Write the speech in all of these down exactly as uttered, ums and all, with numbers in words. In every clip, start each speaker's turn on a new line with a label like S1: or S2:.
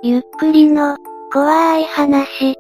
S1: ゆっくりの、怖い話。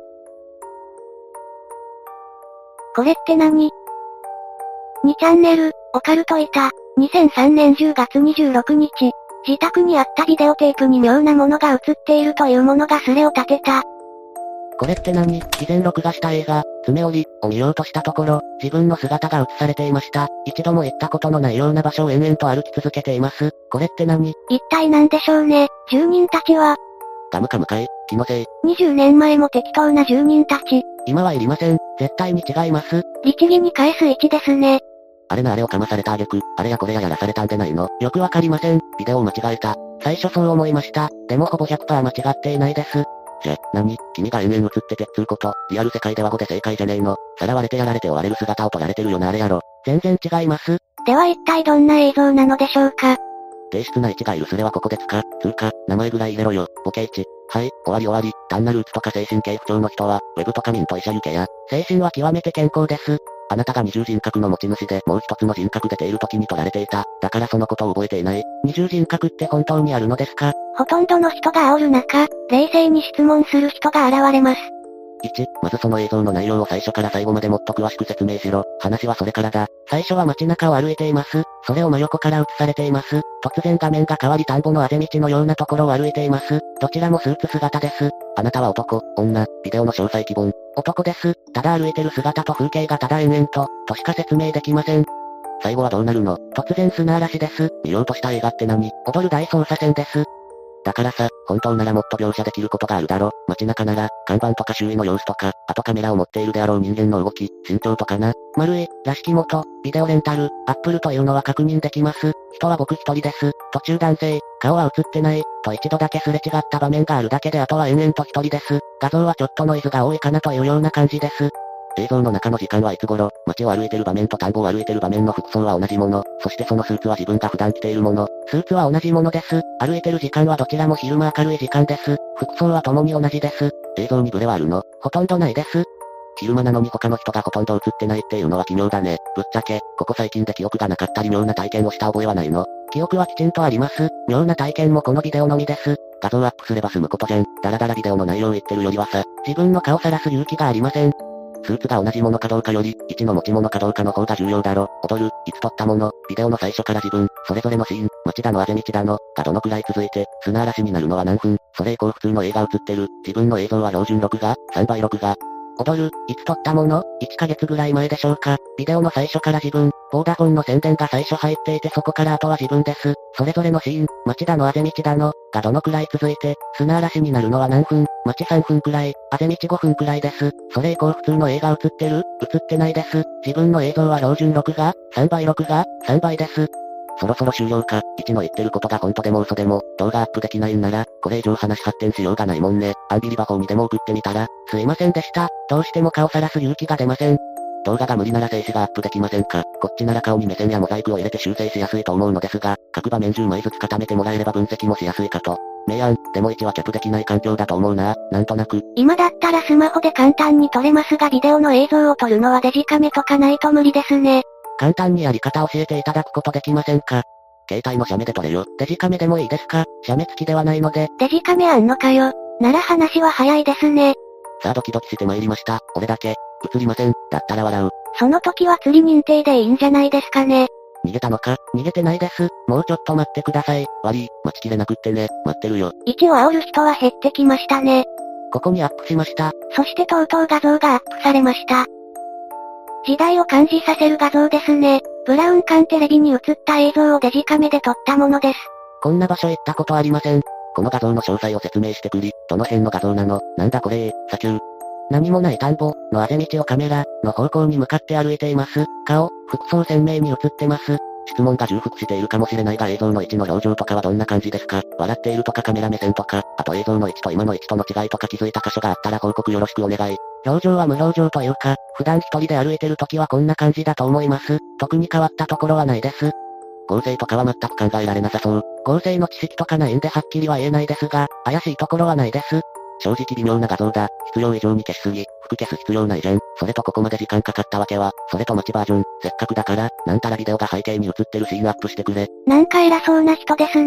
S1: これって何？ に チャンネル、オカルトいた。にせんさんねんじゅうがつにじゅうろくにち、自宅にあったビデオテープに妙なものが映っているというものがスレを立てた。
S2: これって何？以前録画した映画、爪折りを見ようとしたところ、自分の姿が映されていました。一度も行ったことのないような場所を延々と歩き続けています。これって何？
S1: 一体なんでしょうね。住人たちは、
S2: ガムカムかい？気のせい。
S1: にじゅうねんまえも適当な住人たち。
S2: 今はいりません。絶対に違います。
S1: 律儀に返す位置ですね。
S2: あれなあれをかまされた挙句、あれやこれややらされたんでないの？よくわかりません。ビデオを間違えた。最初そう思いました。でもほぼ ひゃくパーセント 間違っていないです。じゃ、なに？君が延々映っててっつうこと、リアル世界ではごで正解じゃねえの。さらわれてやられて追われる姿を撮られてるよなあれやろ。全然違います。
S1: では一体どんな映像なのでしょうか？
S2: 低質な位置がいるスレはここでつか、つうか、名前ぐらい入れろよ、ボケいち。はい、終わり終わり、単なるうつとか精神系不調の人は、ウェブとかミント医者行けや。精神は極めて健康です。あなたが二重人格の持ち主でもう一つの人格出ている時に取られていた。だからそのことを覚えていない。二重人格って本当にあるのですか？
S1: ほとんどの人が煽る中、冷静に質問する人が現れます。
S2: いち、まずその映像の内容を最初から最後までもっと詳しく説明しろ。話はそれからだ。最初は街中を歩いています。それを真横から映されています。突然画面が変わり田んぼのあぜ道のようなところを歩いています。どちらもスーツ姿です。あなたは男、女、ビデオの詳細希望。男です。ただ歩いてる姿と風景がただ延々と、としか説明できません。最後はどうなるの？突然砂嵐です。見ようとした映画って何？踊る大捜査線です。だからさ、本当ならもっと描写できることがあるだろ。街中なら、看板とか周囲の様子とか、あとカメラを持っているであろう人間の動き、身長とかな。丸い、らしきもと、ビデオレンタル、アップルというのは確認できます。人は僕一人です。途中男性、顔は映ってない、と一度だけすれ違った場面があるだけであとは延々と一人です。画像はちょっとノイズが多いかなというような感じです。映像の中の時間はいつ頃、街を歩いてる場面と田んぼを歩いてる場面の服装は同じもの、そしてそのスーツは自分が普段着ているもの、スーツは同じものです。歩いてる時間はどちらも昼間明るい時間です。服装は共に同じです。映像にブレはあるの？ほとんどないです。昼間なのに他の人がほとんど映ってないっていうのは奇妙だね。ぶっちゃけ、ここ最近で記憶がなかったり妙な体験をした覚えはないの？記憶はきちんとあります。妙な体験もこのビデオのみです。画像アップすれば済むことじゃん。だらだらビデオの内容を言ってるよりはさ、自分の顔さらす勇気がありません。スーツが同じものかどうかより、いちの持ち物かどうかの方が重要だろ。踊る、いつ撮ったもの、ビデオの最初から自分、それぞれのシーン、街だのあぜ道だの、がどのくらい続いて、砂嵐になるのは何分、それ以降普通の映画映ってる、自分の映像は標準録画、さんばい録画。踊る、いつ撮ったもの ?いっかげつぐらい前でしょうか。ビデオの最初から自分、ボーダフォンの宣伝が最初入っていてそこからあとは自分です。それぞれのシーン、街だのあぜ道だの、がどのくらい続いて、砂嵐になるのは何分、街さんぷんくらい、あぜ道ごふんくらいです。それ以降普通の映画映ってる？映ってないです。自分の映像は標準録画、さんばい録画、さんばいです。そろそろ終了か。いちの言ってることが本当でも嘘でも、動画アップできないんなら、これ以上話発展しようがないもんね。アンビリバボーにでも送ってみたら、すいませんでした。どうしても顔さらす勇気が出ません。動画が無理なら静止がアップできませんか？こっちなら顔に目線やモザイクを入れて修正しやすいと思うのですが、各場面じゅうまいずつ固めてもらえれば分析もしやすいかと。明暗、でもいちはキャップできない環境だと思うな。なんとなく。
S1: 今だったらスマホで簡単に撮れますがビデオの映像を撮るのはデジカメとかないと無理ですね。
S2: 簡単にやり方教えていただくことできませんか？携帯の写メで撮れよ。デジカメでもいいですか？写メ付きではないので。
S1: デジカメあんのかよ。なら話は早いですね。
S2: さあドキドキして参りました。俺だけ。映りません。だったら笑う。
S1: その時は釣り認定でいいんじゃないですかね。
S2: 逃げたのか？逃げてないです。もうちょっと待ってください。悪い、待ちきれなくってね。待ってるよ。
S1: 位置を煽る人は減ってきましたね。
S2: ここにアップしました。
S1: そしてとうとう画像がアップされました。時代を感じさせる画像ですね。ブラウン管テレビに映った映像をデジカメで撮ったものです。
S2: こんな場所行ったことありません。この画像の詳細を説明してくり。どの辺の画像なの？なんだこれ砂丘。何もない田んぼのあぜ道をカメラの方向に向かって歩いています。顔、服装鮮明に映ってます。質問が重複しているかもしれないが映像の位置の表情とかはどんな感じですか？笑っているとかカメラ目線とか、あと映像の位置と今の位置との違いとか気づいた箇所があったら報告よろしくお願い。表情は無表情というか、普段一人で歩いてる時はこんな感じだと思います。特に変わったところはないです。合成とかは全く考えられなさそう。合成の知識とかないんではっきりは言えないですが、怪しいところはないです。正直微妙な画像だ。必要以上に消しすぎ。服消す必要ないじゃん。それとここまで時間かかったわけは、それと待ちバージョン。せっかくだから、なんたらビデオが背景に映ってるシーンアップしてくれ。
S1: なんか偉そうな人ですね。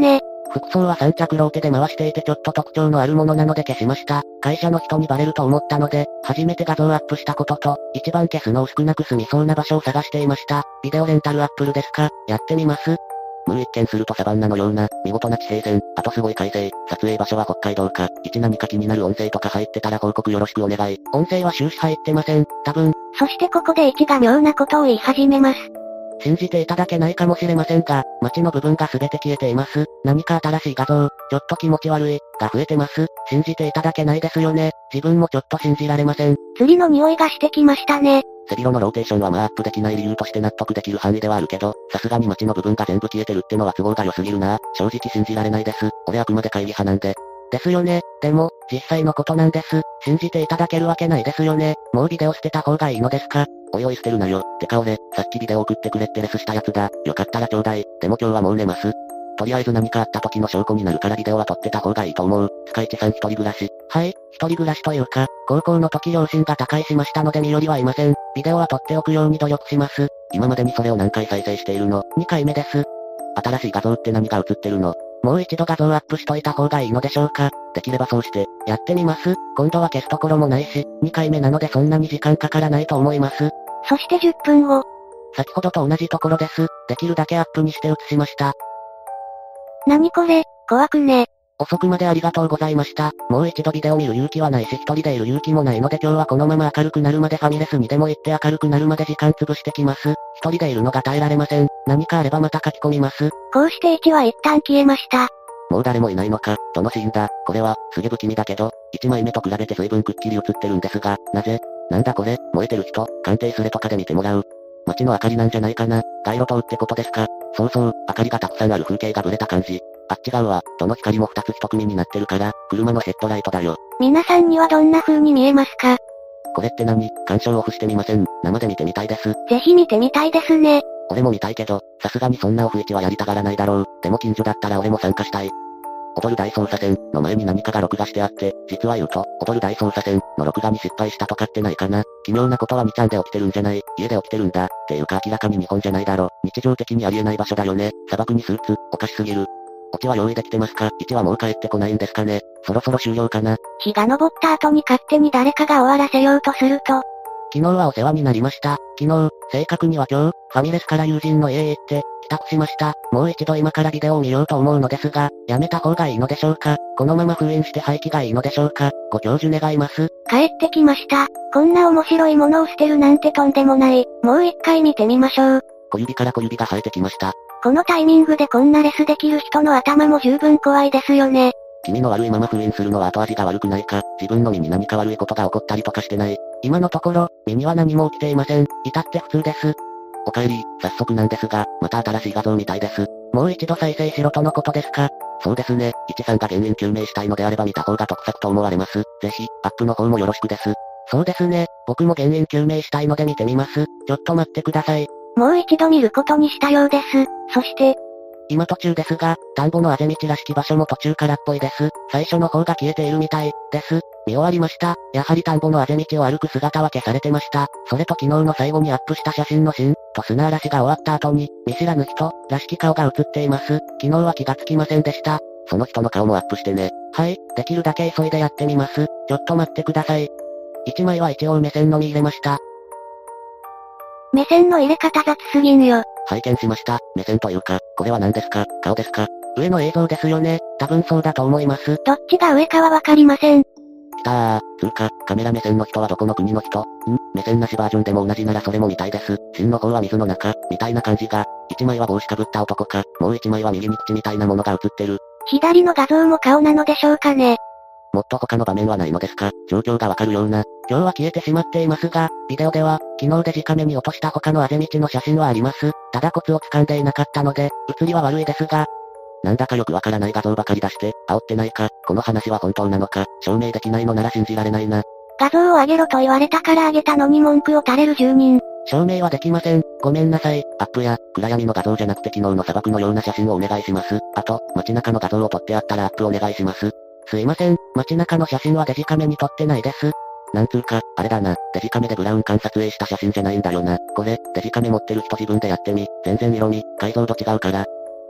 S2: 服装は三着ローテで回していてちょっと特徴のあるものなので消しました。会社の人にバレると思ったので、初めて画像アップしたことと、一番消すのを少なく済みそうな場所を探していました。ビデオレンタルアップルですか？やってみます。ムー一見するとサバンナのような、見事な地平線、あとすごい快晴、撮影場所は北海道か、一何か気になる音声とか入ってたら報告よろしくお願い。音声は終始入ってません、多分。
S1: そしてここで一が妙なことを言い始めます。
S2: 信じていただけないかもしれませんが、街の部分が全て消えています。何か新しい画像、ちょっと気持ち悪い、が増えてます。信じていただけないですよね。自分もちょっと信じられません。
S1: 釣りの匂いがしてきましたね。
S2: 背広のローテーションはまあアップできない理由として納得できる範囲ではあるけど、さすがに街の部分が全部消えてるってのは都合が良すぎるな。正直信じられないです。俺あくまで会議派なんで。ですよね。でも、実際のことなんです。信じていただけるわけないですよね。もうビデオ捨てた方がいいのですか？おいおい捨てるなよ。てか俺、さっきビデオ送ってくれってレスしたやつだ。よかったらちょうだい。でも今日はもう寝ます。とりあえず何かあった時の証拠になるからビデオは撮ってた方がいいと思う。スカイチさん一人暮らし。はい、一人暮らしというか、高校の時両親が他界しましたので身寄りはいません。ビデオは撮っておくように努力します。今までにそれを何回再生しているの？ に 回目です。新しい画像って何が映ってるの？もう一度画像アップしといた方がいいのでしょうか？できればそうして、やってみます。今度は消すところもないし、にかいめなのでそんなに時間かからないと思います。
S1: そしてじゅっぷんご。
S2: 先ほどと同じところです。できるだけアップにして映しました。
S1: 何これ、怖くね。
S2: 遅くまでありがとうございました。もう一度ビデオ見る勇気はないし一人でいる勇気もないので今日はこのまま明るくなるまでファミレスにでも行って明るくなるまで時間潰してきます。一人でいるのが耐えられません。何かあればまた書き込みます。
S1: こうしていちは一旦消えました。
S2: もう誰もいないのか、どのシーンだ、これは、すげ不気味だけど、いちまいめと比べて随分くっきり映ってるんですが、なぜ？なんだこれ、燃えてる人、鑑定スレとかで見てもらう。街の明かりなんじゃないかな、街路灯ってことですか？そうそう、明かりがたくさんある風景がブレた感じ。あっち側は、どの光も二つ一組になってるから、車のヘッドライトだよ。
S1: 皆さんにはどんな風に見えますか？
S2: これって何？干渉オフしてみません。生で見てみたいです。
S1: ぜひ見てみたいですね。
S2: 俺も見たいけど、さすがにそんなオフいちはやりたがらないだろう。でも近所だったら俺も参加したい。踊る大捜査線の前に何かが録画してあって、実は言うと、踊る大捜査線の録画に失敗したとかってないかな。奇妙なことはにちゃんで起きてるんじゃない、家で起きてるんだ。っていうか明らかに日本じゃないだろ。日常的にありえない場所だよね。砂漠にスーツ、おかしすぎる。オチは用意できてますか？いちはもう帰ってこないんですかね。そろそろ終了かな。
S1: 日が昇った後に勝手に誰かが終わらせようとすると、
S2: 昨日はお世話になりました。昨日、正確には今日、ファミレスから友人の家へ行って、帰宅しました。もう一度今からビデオを見ようと思うのですが、やめた方がいいのでしょうか？このまま封印して廃棄がいいのでしょうか？ご教授願います。
S1: 帰ってきました。こんな面白いものを捨てるなんてとんでもない。もう一回見てみましょう。
S2: 小指から小指が生えてきました。
S1: このタイミングでこんなレスできる人の頭も十分怖いですよね。
S2: 気味の悪いまま封印するのは後味が悪くないか？自分の身に何か悪いことが起こったりとかしてない？今のところ、身には何も起きていません。至って普通です。お帰り、早速なんですが、また新しい画像みたいです。もう一度再生しろとのことですか？そうですね。いちさんが原因究明したいのであれば見た方が得策と思われます。ぜひ、アップの方もよろしくです。そうですね。僕も原因究明したいので見てみます。ちょっと待ってください。
S1: もう一度見ることにしたようです。そして、
S2: 今途中ですが、田んぼのあぜ道らしき場所も途中からっぽいです。最初の方が消えているみたい、です。見終わりました。やはり田んぼのあぜ道を歩く姿は消されてました。それと昨日の最後にアップした写真のシーン、と砂嵐が終わった後に、見知らぬ人、らしき顔が映っています。昨日は気がつきませんでした。その人の顔もアップしてね。はい、できるだけ急いでやってみます。ちょっと待ってください。いちまいは一応目線のみ入れました。
S1: 目線の入れ方雑すぎんよ。
S2: 拝見しました。目線というか、これは何ですか？顔ですか？上の映像ですよね。多分そうだと思います。
S1: どっちが上かはわかりません。
S2: きたー。つうか、カメラ目線の人はどこの国の人？ん？目線なしバージョンでも同じならそれも見たいです。真の方は水の中、みたいな感じが。いちまいは帽子かぶった男か、もういちまいは右に口みたいなものが映ってる。
S1: 左の画像も顔なのでしょうかね。
S2: もっと他の場面はないのですか？状況がわかるような。今日は消えてしまっていますが、ビデオでは、昨日デジカメに落とした他のあぜ道の写真はあります。ただコツを掴んでいなかったので、写りは悪いですが、なんだかよくわからない画像ばかり出して、煽ってないか、この話は本当なのか、証明できないのなら信じられないな。
S1: 画像を上げろと言われたから上げたのに文句を垂れる住人。
S2: 証明はできません。ごめんなさい。アップや、暗闇の画像じゃなくて昨日の砂漠のような写真をお願いします。あと、街中の画像を撮ってあったらアップお願いします。すいません、街中の写真はデジカメに撮ってないです。なんつうか、あれだな、デジカメでブラウン管撮影した写真じゃないんだよな。これ、デジカメ持ってる人自分でやってみ、全然色味、解像度違うから。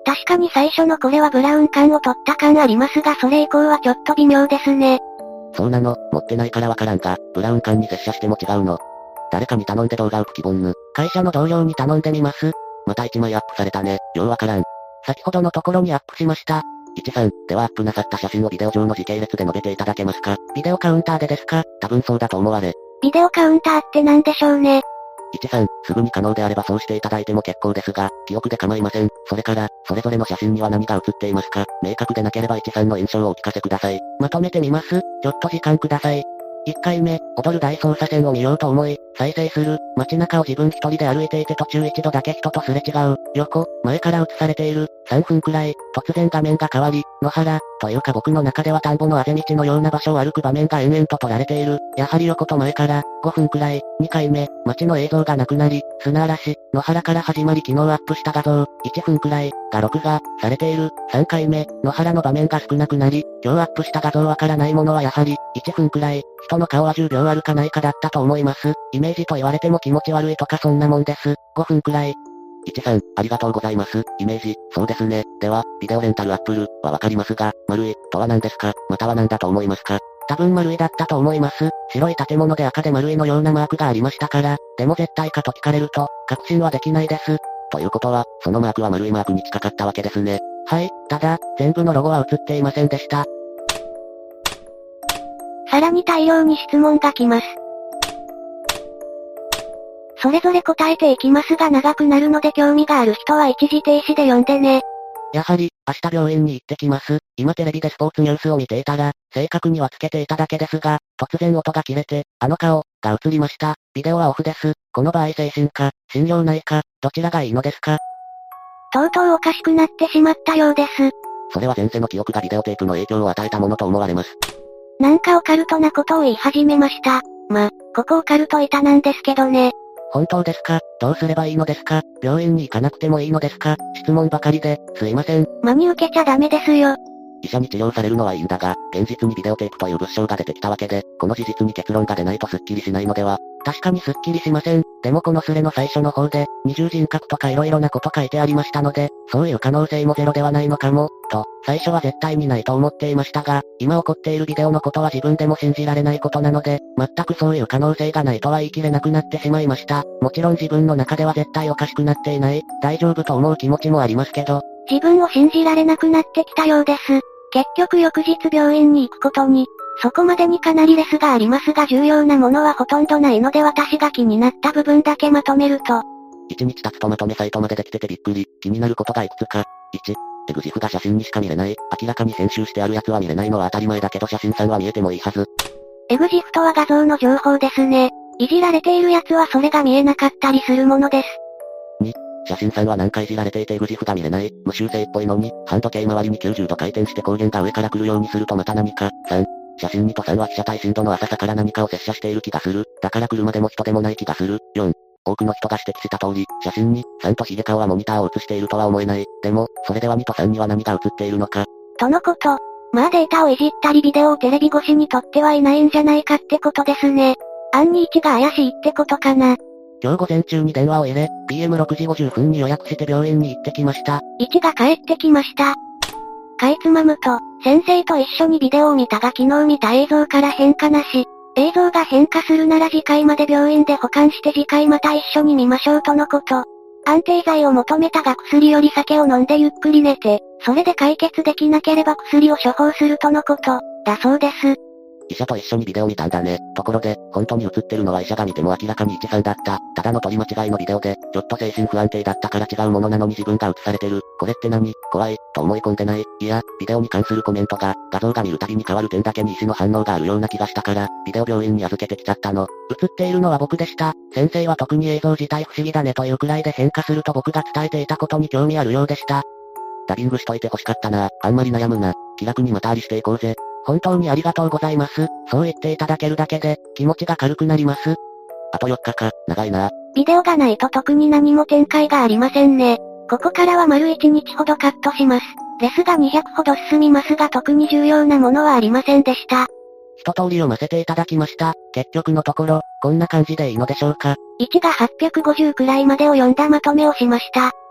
S1: 確かに最初のこれはブラウン管を取った感ありますがそれ以降はちょっと微妙ですね。
S2: そうなの、持ってないからわからんが、ブラウン管に接写しても違うの。誰かに頼んで動画浮く気分ぬ。
S1: 会社の同僚に頼んでみます。
S2: またいちまいアップされたね、ようわからん。
S1: 先ほどのところにアップしました。
S2: いちさん、ではアップなさった写真をビデオ上の時系列で述べていただけますか？
S1: ビデオカウンターでですか？
S2: 多分そうだと思われ。
S1: ビデオカウンターって何でしょうね。
S2: いちさん、すぐに可能であればそうしていただいても結構ですが、記憶で構いません。それから、それぞれの写真には何が写っていますか？明確でなければいちさんの印象をお聞かせください。
S1: まとめてみます。ちょっと時間ください。いっかいめ、踊る大捜査線を見ようと思い、再生する。街中を自分一人で歩いていて途中一度だけ人とすれ違う。横、前から映されている。さんぷんくらい、突然画面が変わり、野原、というか僕の中では田んぼのあぜ道のような場所を歩く場面が延々と撮られている。やはり横と前から、ごふんくらい、にかいめ、街の映像がなくなり、砂嵐、野原から始まり昨日アップした画像、いっぷんくらい、が録画、されている。さんかいめ、野原の場面が少なくなり、今日アップした画像わからないものはやはり、いっぷんくらい、人の顔はじゅうびょうあるかないかだったと思います。イメージと言われても気持ち悪いとかそんなもんです。ごふんくらい。
S2: いちさん、ありがとうございます。イメージ、そうですね。では、ビデオレンタルアップル、はわかりますが、丸い、とは何ですか？または何だと思いますか？
S1: 多分丸いだったと思います。白い建物で赤で丸いのようなマークがありましたから、でも絶対かと聞かれると、確信はできないです。
S2: ということは、そのマークは丸いマークに近かったわけですね。
S1: はい、ただ、全部のロゴは映っていませんでした。さらに大量に質問が来ます。それぞれ答えていきますが長くなるので興味がある人は一時停止で読んでね。やはり、明日病院に行ってきます。今テレビでスポーツニュースを見ていたら、正確にはつけていただけですが、突然音が切れて、あの顔、が映りました。ビデオはオフです。この場合精神科、心療内科、どちらがいいのですか？とうとうおかしくなってしまったようです。
S2: それは前世の記憶がビデオテープの影響を与えたものと思われます。
S1: なんかオカルトなことを言い始めました。ま、ここオカルト板なんですけどね。本当ですか？どうすればいいのですか？病院に行かなくてもいいのですか？質問ばかりで、すいません。真に受けちゃダメですよ。
S2: 医者に治療されるのはいいんだが、現実にビデオテープという物証が出てきたわけで、この事実に結論が出ないとスッキリしないのでは？
S1: 確かにスッキリしません。でもこのスレの最初の方で、二重人格とか色々なこと書いてありましたので、そういう可能性もゼロではないのかも、と、最初は絶対にないと思っていましたが、今起こっているビデオのことは自分でも信じられないことなので、全くそういう可能性がないとは言い切れなくなってしまいました。もちろん自分の中では絶対おかしくなっていない、大丈夫と思う気持ちもありますけど、自分を信じられなくなってきたようです。結局翌日病院に行くことに、そこまでにかなりレスがありますが重要なものはほとんどないので私が気になった部分だけまとめると。
S2: 一日経つとまとめサイトまでできててびっくり、気になることがいくつか。いち、エグジフが写真にしか見れない、明らかに編集してあるやつは見れないのは当たり前だけど写真さんは見えてもいいはず。
S1: エグジフとは画像の情報ですね。いじられているやつはそれが見えなかったりするものです。
S2: に、写真さんは何回いじられていてエグジフが見れない、無修正っぽいのに、半時計回りにきゅうじゅうど回転して光源が上から来るようにするとまた何か。さん、写真にとさんは被写体深度の浅さから何かを接写している気がする。だから車でも人でもない気がする。よん、多くの人が指摘した通り、写真に、さんとヒゲ顔はモニターを映しているとは思えない。でも、それではにとさんには何が映っているのか。
S1: とのこと。まあデータをいじったりビデオをテレビ越しに撮ってはいないんじゃないかってことですね。暗にいちが怪しいってことかな。今日午前中に電話を入れ、ピーエムろくじごじゅっぷんに予約して病院に行ってきました。いちが帰ってきました。かいつまむと、先生と一緒にビデオを見たが昨日見た映像から変化なし。映像が変化するなら次回まで病院で保管して次回また一緒に見ましょうとのこと。安定剤を求めたが薬より酒を飲んでゆっくり寝て、それで解決できなければ薬を処方するとのこと、だそうです。
S2: 医者と一緒にビデオ見たんだね。ところで、本当に映ってるのは医者が見ても明らかに一さんだった。ただの取り間違いのビデオで、ちょっと精神不安定だったから違うものなのに自分が映されてる。これって何？怖い、と思い込んでない。いや、ビデオに関するコメントが、画像が見るたびに変わる点だけに医師の反応があるような気がしたから、ビデオ病院に預けてきちゃったの。映っているのは僕でした。先生は特に映像自体不思議だねというくらいで変化すると僕が伝えていたことに興味あるようでした。 ダビングしといて欲しかったな。あんまり悩むな。気楽にまたありしていこうぜ。
S1: 本当にありがとうございます。そう言っていただけるだけで、気持ちが軽くなります。
S2: あとよっかか、長いな。
S1: ビデオがないと特に何も展開がありませんね。ここからは丸いちにちほどカットします。レスがにひゃくほど進みますが特に重要なものはありませんでした。一通り読ませていただきました。結局のところ、こんな感じでいいのでしょうか。いちがはっぴゃくごじゅうくらいまでを読んだまとめをしました。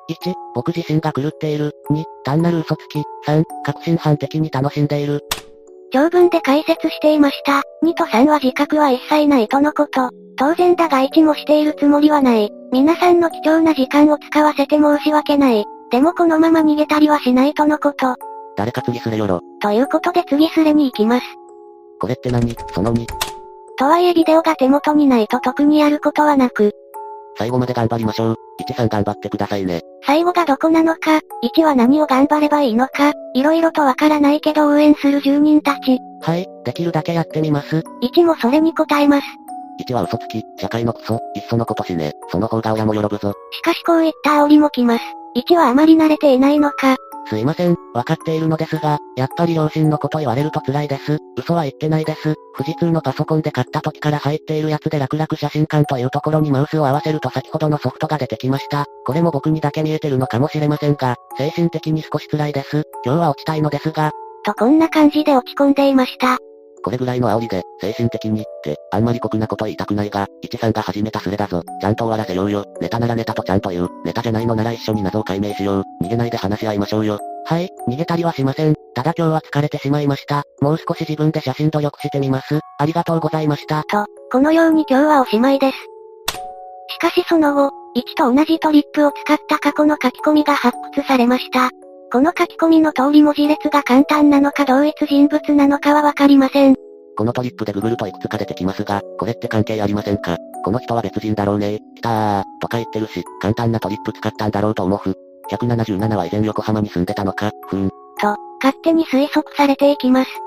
S2: いち、僕自身が狂っている。に、単なる嘘つき。さん、確信犯的に楽しんでいる。
S1: 長文で解説していました。にとさんは自覚は一切ないとのこと。当然だがいちもしているつもりはない。皆さんの貴重な時間を使わせて申し訳ない。でもこのまま逃げたりはしないとのこと。
S2: 誰か次すれよろ。
S1: ということで次すれに行きます。
S2: これって何？そのに。
S1: とはいえビデオが手元にないと特にやることはなく。
S2: 最後まで頑張りましょう。いちさん頑張ってくださいね。
S1: 最後がどこなのか、いちは何を頑張ればいいのか、色々とわからないけど応援する住人たち。
S2: はい、できるだけやってみます。
S1: いちもそれに答えます。
S2: いちは嘘つき、社会のクソ、いっそのことしね。その方が親も喜ぶぞ。
S1: しかしこういった煽りも来ます。いちはあまり慣れていないのか。
S2: すいません、わかっているのですが、やっぱり両親のこと言われると辛いです。嘘は言ってないです。富士通のパソコンで買った時から入っているやつで楽々写真館というところにマウスを合わせると先ほどのソフトが出てきました。これも僕にだけ見えてるのかもしれませんが、精神的に少し辛いです。今日は落ちたいのですが。
S1: とこんな感じで落ち込んでいました。
S2: これぐらいの煽りで、精神的にって、あんまり酷なこと言いたくないが、いちさんが始めたスレだぞ。ちゃんと終わらせようよ。ネタならネタとちゃんと言う。ネタじゃないのなら一緒に謎を解明しよう。逃げないで話し合いましょうよ。はい、逃げたりはしません。ただ今日は疲れてしまいました。もう少し自分で写真努力してみます。ありがとうございました。
S1: と、このように今日はおしまいです。しかしその後、いちと同じトリップを使った過去の書き込みが発掘されました。この書き込みの通り文字列が簡単なのか同一人物なのかはわかりません。
S2: このトリップでググるといくつか出てきますが、これって関係ありませんか？この人は別人だろうね。来たー、とか言ってるし、簡単なトリップ使ったんだろうと思う。ひゃくななじゅうななは以前横浜に住んでたのか、ふーん。
S1: と、勝手に推測されていきます。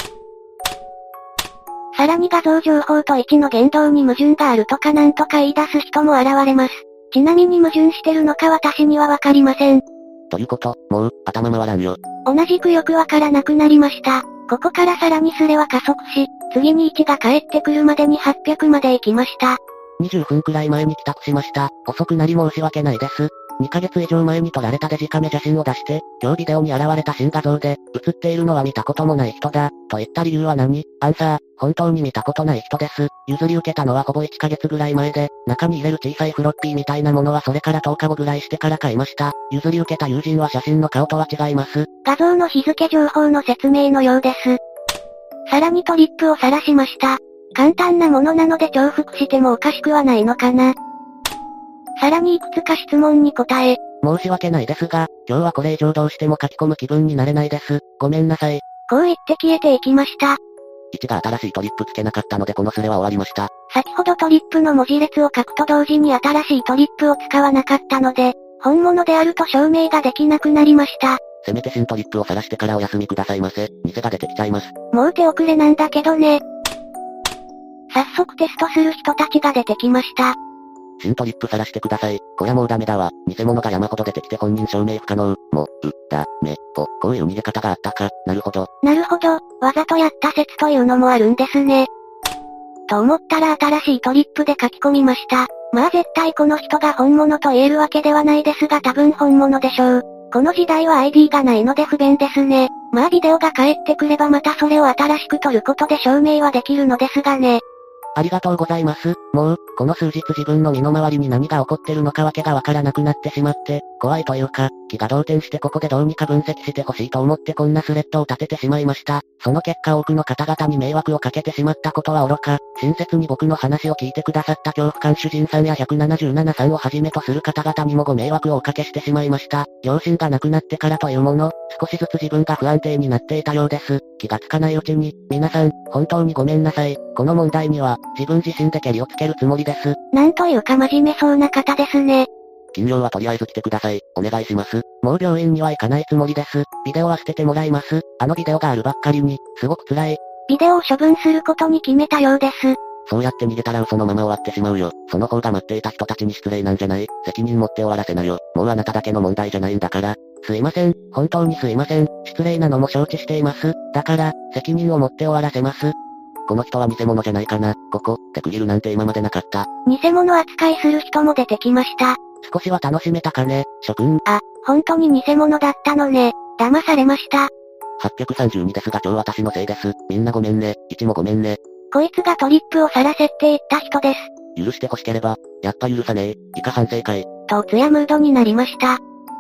S1: さらに画像情報といちの言動に矛盾があるとかなんとか言い出す人も現れます。ちなみに矛盾してるのか私にはわかりません。
S2: ということ、もう、頭回らんよ。
S1: 同じくよくわからなくなりました。ここからさらにスレは加速し、次にいちが帰ってくるまでにはっぴゃくまで行きました。
S2: にじゅっぷんくらい前に帰宅しました。遅くなり申し訳ないです。にかげつ以上前に撮られたデジカメ写真を出して、今日ビデオに現れた新画像で、写っているのは見たこともない人だ、と言った理由は何？アンサー、本当に見たことない人です。譲り受けたのはほぼいっかげつぐらい前で、中に入れる小さいフロッピーみたいなものはそれからとおかごぐらいしてから買いました。譲り受けた友人は写真の顔とは違います。
S1: 画像の日付情報の説明のようです。さらにトリップを晒しました。簡単なものなので重複してもおかしくはないのかな。さらにいくつか質問に答え。
S2: 申し訳ないですが、今日はこれ以上どうしても書き込む気分になれないです。ごめんなさい。
S1: こう言って消えていきました。
S2: いちが新しいトリップつけなかったのでこのスレは終わりました。
S1: 先ほどトリップの文字列を書くと同時に新しいトリップを使わなかったので、本物であると証明ができなくなりました。
S2: せめて新トリップを晒してからお休みくださいませ。偽が出てきちゃいます。
S1: もう手遅れなんだけどね。早速テストする人たちが出てきました。
S2: 新トリップ晒してください。こりゃもうダメだわ。偽物が山ほど出てきて本人証明不可能。もう、だ、め、こ、こういう逃げ方があったか。なるほど。
S1: なるほど、わざとやった説というのもあるんですね。と思ったら新しいトリップで書き込みました。まあ絶対この人が本物と言えるわけではないですが多分本物でしょう。この時代は アイディー がないので不便ですね。まあビデオが返ってくればまたそれを新しく撮ることで証明はできるのですがね。
S2: ありがとうございます。もう、この数日自分の身の回りに何が起こってるのかわけがわからなくなってしまって、怖いというか、気が動転してここでどうにか分析してほしいと思ってこんなスレッドを立ててしまいました。その結果多くの方々に迷惑をかけてしまったことは愚か、親切に僕の話を聞いてくださった恐怖感主人さんやひゃくななじゅうななさんをはじめとする方々にもご迷惑をおかけしてしまいました。両親が亡くなってからというもの、少しずつ自分が不安定になっていたようです。気がつかないうちに、皆さん、本当にごめんなさい。この問題には、自分自身でケリをつけるつもりです。
S1: なんというか真面目そうな方ですね。
S2: 金曜はとりあえず来てください。お願いします。もう病院には行かないつもりです。ビデオは捨ててもらいます。あのビデオがあるばっかりに、すごく辛い。
S1: ビデオを処分することに決めたようです。
S2: そうやって逃げたら嘘のまま終わってしまうよ。その方が待っていた人たちに失礼なんじゃない？責任持って終わらせなよ。もうあなただけの問題じゃないんだから。すいません。本当にすいません。失礼なのも承知しています。だから、責任を持って終わらせます。この人は偽物じゃないかな。ここ、手区切るなんて今までなかった。
S1: 偽物扱いする人も出てきました。
S2: 少しは楽しめたかね、諸君。
S1: あ、本当に偽物だったのね。騙されました。
S2: はっぴゃくさんじゅうにですが今日私のせいです。みんなごめんね。いちもごめんね。
S1: こいつがトリップを晒せって言った人です。
S2: 許して欲しければ、やっぱ許さねえ。以下反省会。
S1: と、つやムードになりました。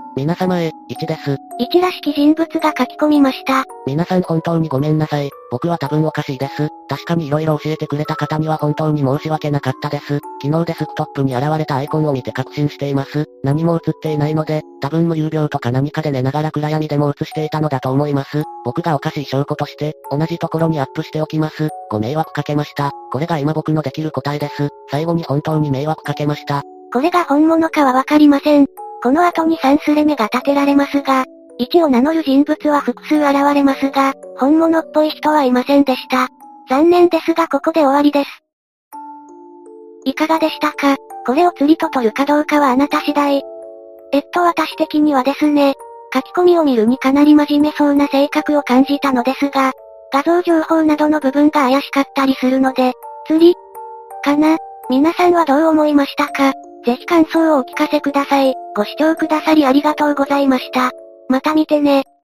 S2: 皆様へ、いちです。
S1: いちらしき人物が書き込みました。
S2: 皆さん本当にごめんなさい。僕は多分おかしいです。確かに色々教えてくれた方には本当に申し訳なかったです。昨日デスクトップに現れたアイコンを見て確信しています。何も映っていないので、多分無遊病とか何かで寝ながら暗闇でも映していたのだと思います。僕がおかしい証拠として、同じところにアップしておきます。ご迷惑かけました。これが今僕のできる答えです。最後に本当に迷惑かけました。
S1: これが本物かはわかりません。この後にさんスレ目が立てられますが、いちを名乗る人物は複数現れますが、本物っぽい人はいませんでした。残念ですがここで終わりです。いかがでしたか？これを釣りと取るかどうかはあなた次第。えっと私的にはですね、書き込みを見るにかなり真面目そうな性格を感じたのですが、画像情報などの部分が怪しかったりするので、釣りかな？皆さんはどう思いましたか？ぜひ感想をお聞かせください。ご視聴くださりありがとうございました。また見てね。